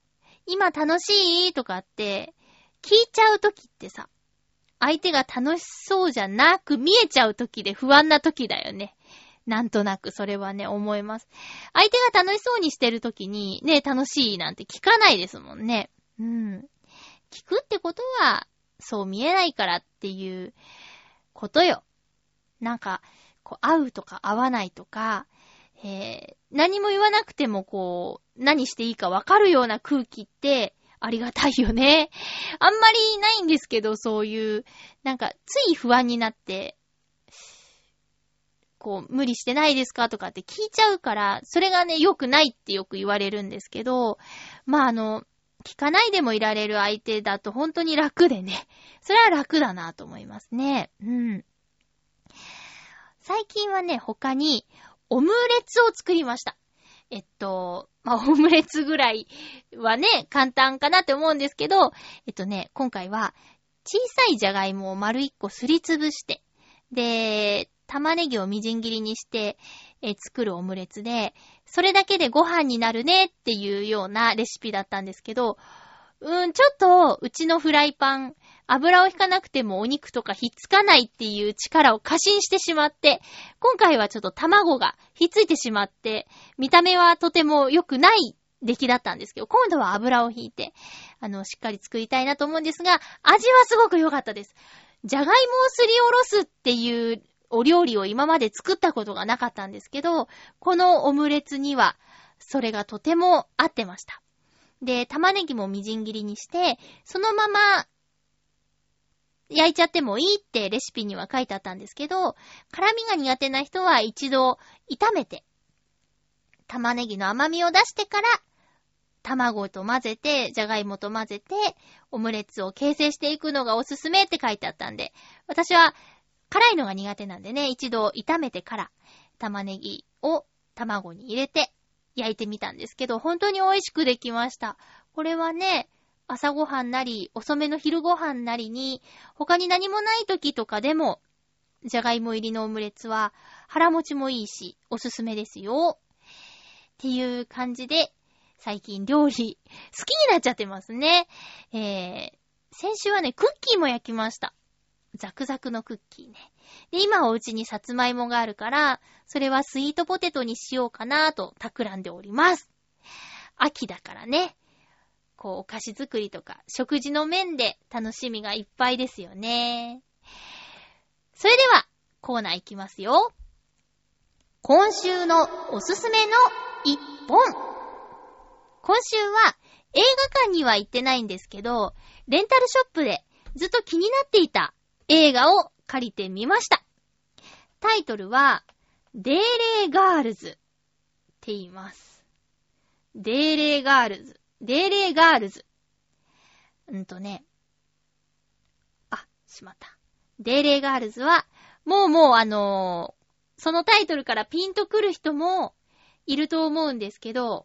Speaker 1: 今楽しいとかって聞いちゃうときってさ、相手が楽しそうじゃなく見えちゃうときで不安なときだよね。なんとなくそれはね、思います。相手が楽しそうにしてるときに、ね、楽しいなんて聞かないですもんね。うん。聞くってことは、そう見えないからっていうことよ。なんか、こう、合うとか合わないとか、えー、何も言わなくてもこう、何していいかわかるような空気って、ありがたいよね。あんまりないんですけど、そういう、なんか、つい不安になって、こう、無理してないですかとかって聞いちゃうから、それがね、良くないってよく言われるんですけど、まあ、あの、聞かないでもいられる相手だと本当に楽でね。それは楽だなと思いますね。うん。最近はね、他に、オムレツを作りました。えっと、まあ、オムレツぐらいはね、簡単かなって思うんですけど、えっとね、今回は小さいじゃがいもを丸一個すりつぶして、で、玉ねぎをみじん切りにして、え作るオムレツで、それだけでご飯になるねっていうようなレシピだったんですけど、うん、ちょっとうちのフライパン、油を引かなくてもお肉とかひっつかないっていう力を過信してしまって、今回はちょっと卵がひっついてしまって、見た目はとても良くない出来だったんですけど、今度は油を引いて、あの、しっかり作りたいなと思うんですが、味はすごく良かったです。じゃがいもをすりおろすっていうお料理を今まで作ったことがなかったんですけど、このオムレツにはそれがとても合ってました。で、玉ねぎもみじん切りにして、そのまま焼いちゃってもいいってレシピには書いてあったんですけど、辛みが苦手な人は一度炒めて、玉ねぎの甘みを出してから、卵と混ぜて、じゃがいもと混ぜて、オムレツを形成していくのがおすすめって書いてあったんで、私は辛いのが苦手なんでね、一度炒めてから玉ねぎを卵に入れて焼いてみたんですけど、本当に美味しくできました。これはね、朝ごはんなり遅めの昼ごはんなりに他に何もない時とかでもじゃがいも入りのオムレツは腹持ちもいいしおすすめですよっていう感じで、最近料理好きになっちゃってますね。えー、先週はねクッキーも焼きました。ザクザクのクッキーね。で、今お家にさつまいもがあるから、それはスイートポテトにしようかなと企んでおります。秋だからね。こう、お菓子作りとか、食事の面で楽しみがいっぱいですよね。それでは、コーナーいきますよ。今週のおすすめの一本。今週は、映画館には行ってないんですけど、レンタルショップでずっと気になっていた映画を借りてみました。タイトルは、デーレーガールズって言います。デーレーガールズ。デーレーガールズ。うんとね。あ、しまった。デーレーガールズは、もうもうあのー、そのタイトルからピンとくる人もいると思うんですけど、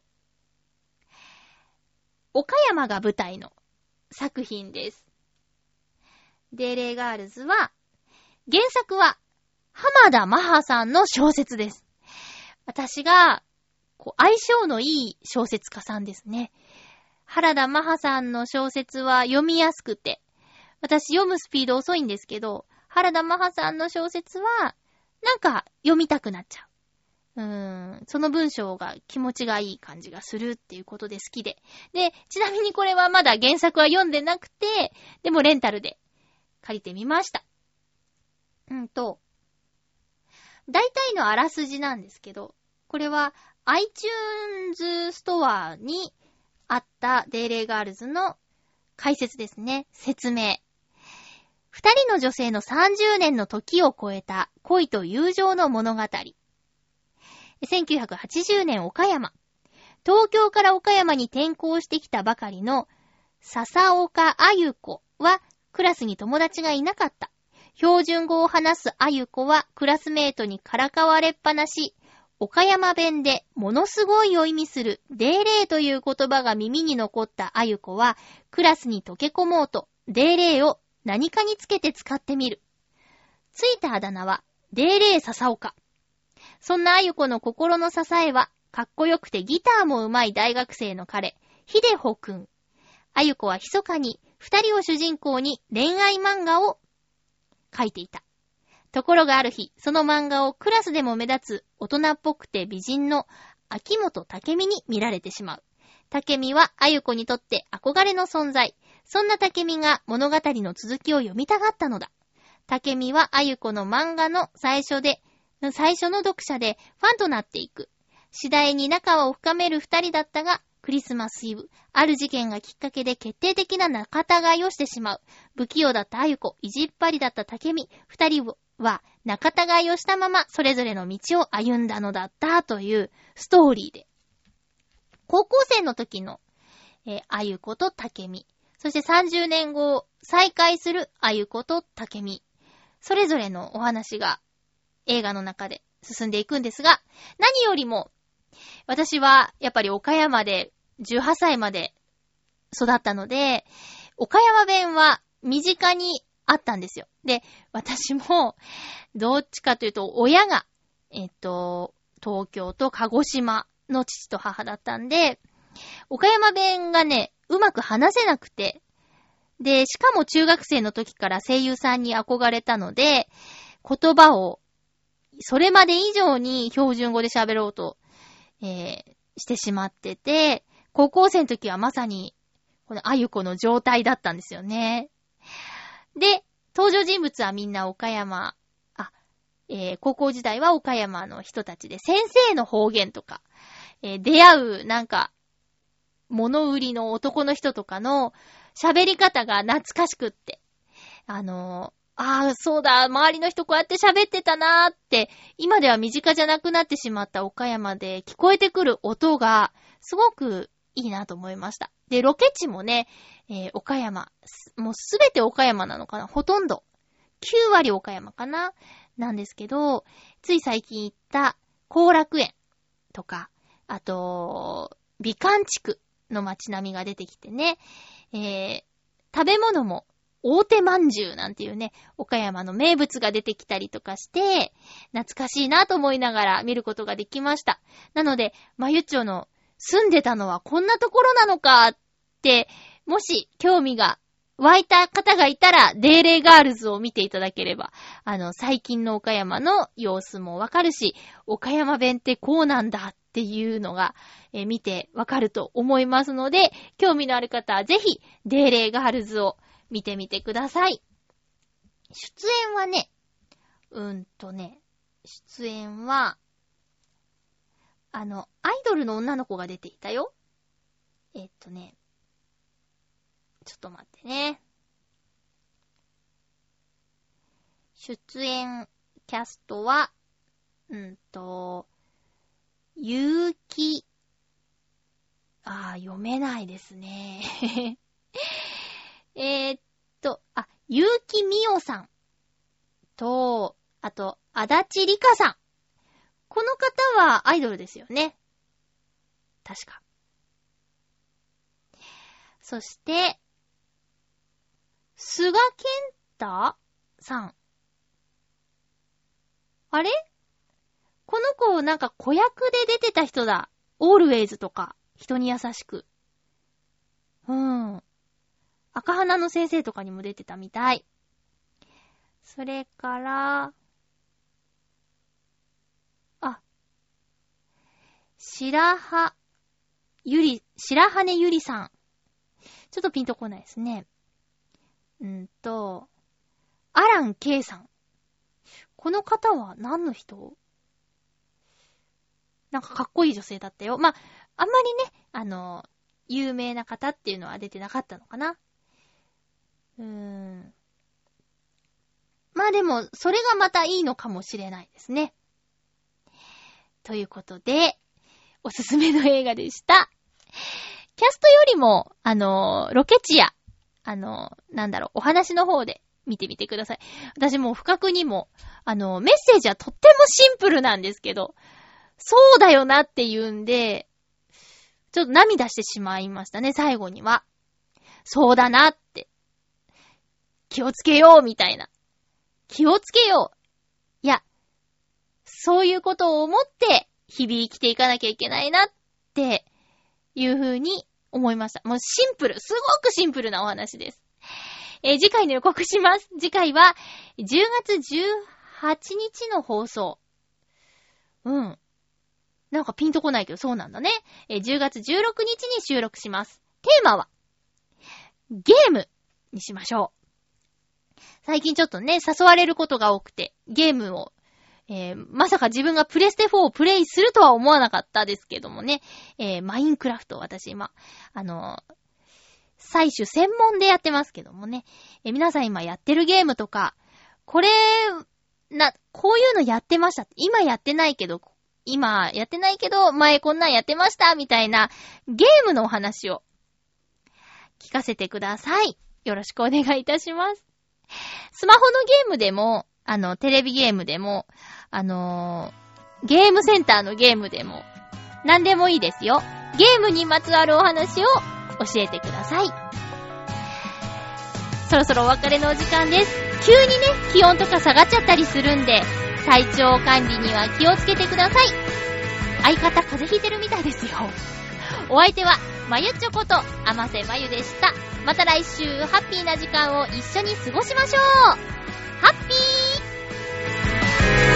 Speaker 1: 岡山が舞台の作品です。デーレーガールズは、原作は浜田マハさんの小説です。私がこう相性のいい小説家さんですね。原田マハさんの小説は読みやすくて、私読むスピード遅いんですけど、原田マハさんの小説はなんか読みたくなっちゃう。うーん、その文章が気持ちがいい感じがするっていうことで好きで。で、ちなみにこれはまだ原作は読んでなくて、でもレンタルで借りてみました。うんと、大体のあらすじなんですけど、これは iTunes ストアにあったデーレーガールズの解説ですね。説明。二人の女性のさんじゅうねんの時を超えた恋と友情の物語。せんきゅうひゃくはちじゅうねん岡山。東京から岡山に転校してきたばかりの笹岡あゆ子はクラスに友達がいなかった。標準語を話すあゆ子はクラスメートにからかわれっぱなし。岡山弁でものすごいを意味するデーレーという言葉が耳に残ったあゆ子はクラスに溶け込もうとデーレーを何かにつけて使ってみる。ついたあだ名はデーレー笹岡。そんなあゆ子の心の支えはかっこよくてギターも上手い大学生の彼、ひでほくん。 あゆこは密かに二人を主人公に恋愛漫画を描いていた。ところがある日、その漫画をクラスでも目立つ大人っぽくて美人の秋元武美に見られてしまう。武美はあゆこにとって憧れの存在。そんな武美が物語の続きを読みたがったのだ。武美はあゆこの漫画の最初で、最初の読者でファンとなっていく。次第に仲を深める二人だったが、クリスマスイブ、ある事件がきっかけで決定的な仲違いをしてしまう。不器用だったあゆこ、意地っ張りだった武美、二人は仲違いをしたままそれぞれの道を歩んだのだったというストーリーで。高校生の時の、えー、あゆこと武美、そしてさんじゅうねんご再会するあゆこと武美、それぞれのお話が映画の中で進んでいくんですが、何よりも私はやっぱり岡山でじゅうはっさいまで育ったので、岡山弁は身近にあったんですよ。で、私もどっちかというと親がえっと東京と鹿児島の父と母だったんで、岡山弁がねうまく話せなくて、でしかも中学生の時から声優さんに憧れたので、言葉をそれまで以上に標準語で喋ろうとえー、してしまってて、高校生の時はまさにこのあゆこの状態だったんですよね。で、登場人物はみんな岡山、あ、えー、高校時代は岡山の人たちで、先生の方言とか、えー、出会うなんか物売りの男の人とかの喋り方が懐かしくって、あのーああ、そうだ、周りの人こうやって喋ってたなーって、今では身近じゃなくなってしまった岡山で聞こえてくる音が、すごくいいなと思いました。で、ロケ地もね、えー、岡山、もうすべて岡山なのかな、ほとんど。きゅうわり岡山かななんですけど、つい最近行った後楽園とか、あと、美観地区の街並みが出てきてね、えー、食べ物も、大手まんじゅうなんていうね、岡山の名物が出てきたりとかして、懐かしいなと思いながら見ることができました。なので、まゆちょの住んでたのはこんなところなのかって、もし興味が湧いた方がいたら、デーレーガールズを見ていただければ、あの、最近の岡山の様子もわかるし、岡山弁ってこうなんだっていうのが、えー、見てわかると思いますので、興味のある方はぜひ、デーレーガールズを見てみてください。出演はね、うんとね、出演は、あの、アイドルの女の子が出ていたよ。えっとね、ちょっと待ってね。出演キャストは、うんと、ゆうき、あー、読めないですね。えーっと、あ、ゆうきみおさんと、あと、あだちりかさん。この方はアイドルですよね。確か。そして、菅健太さん。あれ？この子なんか子役で出てた人だ。オールウェイズとか、人に優しく。うん。赤花の先生とかにも出てたみたい。それから、あ、白羽ゆり、白羽ゆりさん。ちょっとピンとこないですね。うんと、アランケイさん。この方は何の人？なんかかっこいい女性だったよ。まあ、あんまりね、あの、有名な方っていうのは出てなかったのかな。うーん。まあでも、それがまたいいのかもしれないですね。ということで、おすすめの映画でした。キャストよりも、あの、ロケ地や、あの、なんだろう、お話の方で見てみてください。私もう不覚にも、あの、メッセージはとってもシンプルなんですけど、そうだよなって言うんで、ちょっと涙してしまいましたね、最後には。そうだなって。気をつけようみたいな。気をつけよう。いや、そういうことを思って日々生きていかなきゃいけないなっていう風に思いました。もうシンプル、すごくシンプルなお話です。えー、次回の予告します。次回はじゅうがつじゅうはちにちの放送。うん。なんかピンとこないけどそうなんだね。えー、じゅうがつじゅうろくにちに収録します。テーマはゲームにしましょう。最近ちょっとね、誘われることが多くて、ゲームを、えー、まさか自分がプレステフォーをプレイするとは思わなかったですけどもね、えー、マインクラフト私今、あのー、採取専門でやってますけどもね、えー、皆さん今やってるゲームとか、これ、な、こういうのやってました。今やってないけど、今やってないけど、前こんなんやってました、みたいなゲームのお話を聞かせてください。よろしくお願いいたします。スマホのゲームでも、あの、テレビゲームでも、あのー、ゲームセンターのゲームでも、何でもいいですよ。ゲームにまつわるお話を教えてください。そろそろお別れのお時間です。急にね、気温とか下がっちゃったりするんで、体調管理には気をつけてください。相方風邪ひいてるみたいですよ。お相手は、まゆちょこと、あませまゆでした。また来週、ハッピーな時間を一緒に過ごしましょう。ハッピー